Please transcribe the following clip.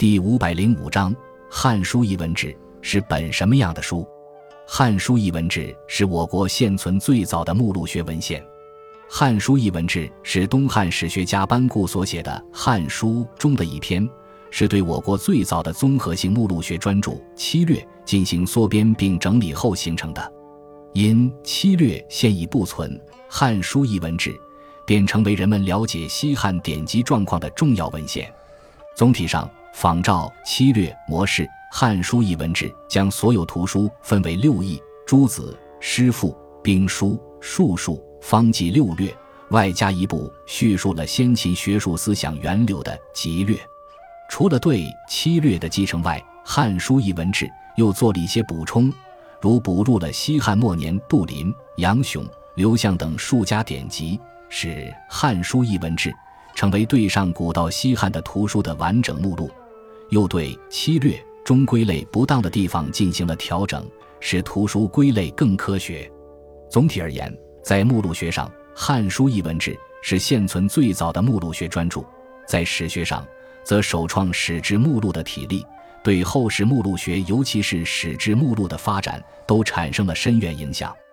第505章汉书艺文志是本什么样的书？汉书艺文志是我国现存最早的目录学文献。汉书艺文志是东汉史学家班固所写的《汉书》中的一篇，是对我国最早的综合性目录学专著《七略》进行缩编并整理后形成的。因《七略》现已不存，汉书艺文志便成为人们了解西汉典籍状况的重要文献。总体上，仿照《七略》模式，汉书艺文志将所有图书分为六艺：诸子、诗赋、兵书、术数、方纪六略，外加一部叙述了先秦学术思想源流的《集略》。除了对《七略》的继承外，汉书艺文志又做了一些补充，如补入了西汉末年杜林、杨雄、刘向等数家典籍，使汉书艺文志成为对上古到西汉的图书的完整目录，又对《七略》中归类不当的地方进行了调整，使图书归类更科学。总体而言，在目录学上，汉书艺文志是现存最早的目录学专著；在史学上，则首创史志目录的体例，对后世目录学尤其是史志目录的发展都产生了深远影响。